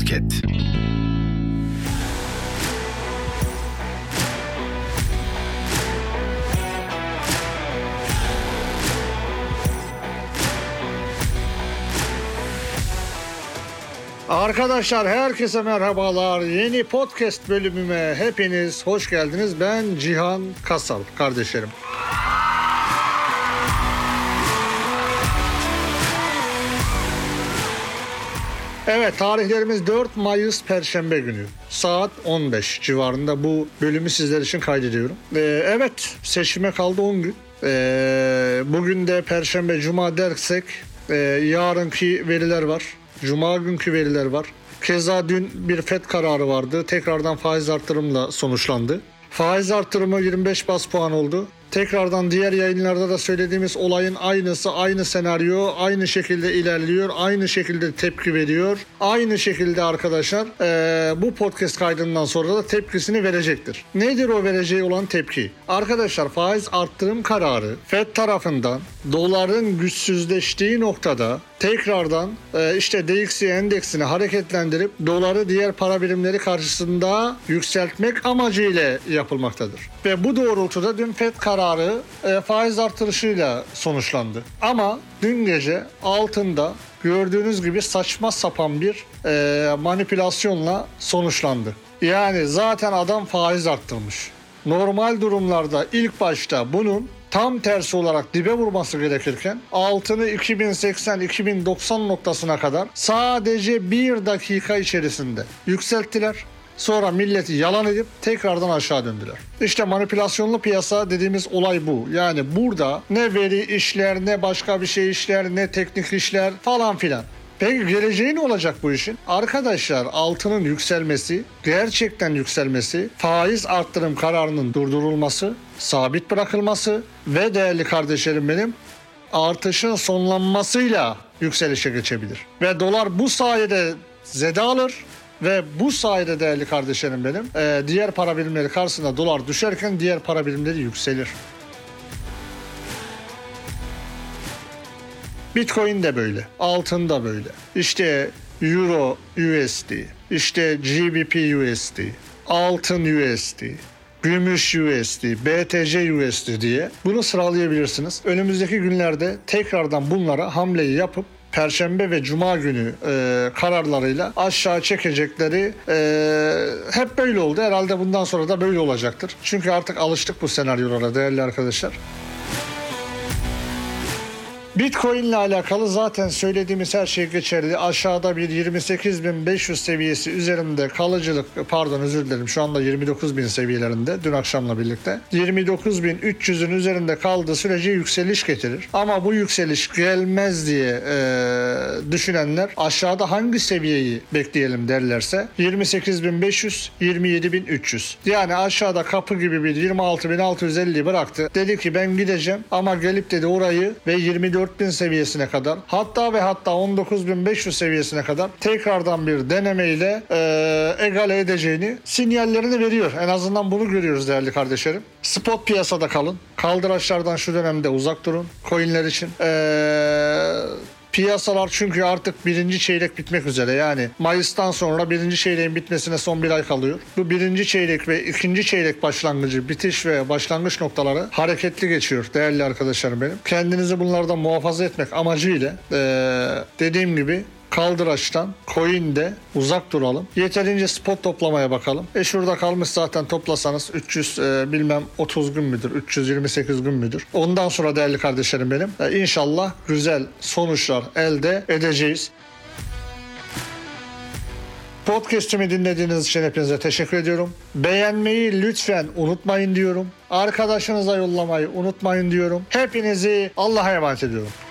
Podcast. Arkadaşlar herkese merhabalar. Yeni podcast bölümüme hepiniz hoş geldiniz. Ben Cihan Kasal kardeşlerim. Evet, tarihlerimiz 4 Mayıs Perşembe günü. Saat 15 civarında bu bölümü sizler için kaydediyorum. Evet, seçime kaldı 10 gün. Bugün de Perşembe, Cuma dersek yarınki veriler var. Cuma günkü veriler var. Keza dün bir FED kararı vardı. Tekrardan faiz artırımla sonuçlandı. Faiz artırımı 25 bas puan oldu. Tekrardan diğer yayınlarda da söylediğimiz olayın aynısı, aynı senaryo, aynı şekilde ilerliyor, aynı şekilde tepki veriyor. Aynı şekilde arkadaşlar bu podcast kaydından sonra da tepkisini verecektir. Nedir o vereceği olan tepki? Arkadaşlar faiz arttırım kararı FED tarafından doların güçsüzleştiği noktada tekrardan işte DXY endeksini hareketlendirip doları diğer para birimleri karşısında yükseltmek amacıyla yapılmaktadır. Ve bu doğrultuda dün FED kararı faiz artırışıyla sonuçlandı. Ama dün gece altında gördüğünüz gibi saçma sapan bir manipülasyonla sonuçlandı. Yani zaten adam faiz arttırmış. Normal durumlarda ilk başta bunun tam tersi olarak dibe vurması gerekirken altını 2080-2090 noktasına kadar sadece bir dakika içerisinde yükselttiler. Sonra milleti yalan edip tekrardan aşağı döndüler. İşte manipülasyonlu piyasa dediğimiz olay bu. Yani burada ne veri işler, ne başka bir şey işler, ne teknik işler falan filan. Peki geleceği ne olacak bu işin? Arkadaşlar altının yükselmesi, gerçekten yükselmesi, faiz arttırım kararının durdurulması, sabit bırakılması ve değerli kardeşlerim benim artışın sonlanmasıyla yükselişe geçebilir. Ve dolar bu sayede zede alır. Ve bu sayede değerli kardeşlerim benim diğer para birimleri karşısında dolar düşerken diğer para birimleri yükselir. Bitcoin de böyle, altın da böyle. İşte Euro USD, işte GBP USD, altın USD, gümüş USD, BTC USD diye bunu sıralayabilirsiniz. Önümüzdeki günlerde tekrardan bunlara hamleyi yapıp Perşembe ve Cuma günü kararlarıyla aşağı çekecekleri hep böyle oldu. Herhalde bundan sonra da böyle olacaktır. Çünkü artık alıştık bu senaryolara değerli arkadaşlar. Bitcoin ile alakalı zaten söylediğimiz her şey geçerli. Aşağıda bir 28.500 seviyesi üzerinde kalıcılık, şu anda 29.000 seviyelerinde dün akşamla birlikte. 29.300'ün üzerinde kaldığı sürece yükseliş getirir. Ama bu yükseliş gelmez diye düşünenler aşağıda hangi seviyeyi bekleyelim derlerse 28.500, 27.300. Yani aşağıda kapı gibi bir 26.650'yi bıraktı. Dedi ki ben gideceğim ama gelip dedi orayı ve 24.000 seviyesine kadar hatta 19.500 seviyesine kadar tekrardan bir denemeyle egale edeceğini sinyallerini veriyor. En azından bunu görüyoruz değerli kardeşlerim. Spot piyasada kalın. Kaldıraçlardan şu dönemde uzak durun. Coinler için. Piyasalar çünkü artık birinci çeyrek bitmek üzere. Yani Mayıs'tan sonra birinci çeyreğin bitmesine son bir ay kalıyor. Bu birinci çeyrek ve ikinci çeyrek başlangıcı, bitiş ve başlangıç noktaları hareketli geçiyor değerli arkadaşlarım benim. Kendinizi bunlardan muhafaza etmek amacıyla dediğim gibi kaldıraçtan, coin'de uzak duralım. Yeterince spot toplamaya bakalım. Şurada kalmış zaten toplasanız 30 gün müdür, 328 gün müdür. Ondan sonra değerli kardeşlerim benim inşallah güzel sonuçlar elde edeceğiz. Podcast'imi dinlediğiniz için hepinize teşekkür ediyorum. Beğenmeyi lütfen unutmayın diyorum. Arkadaşınıza yollamayı unutmayın diyorum. Hepinizi Allah'a emanet ediyorum.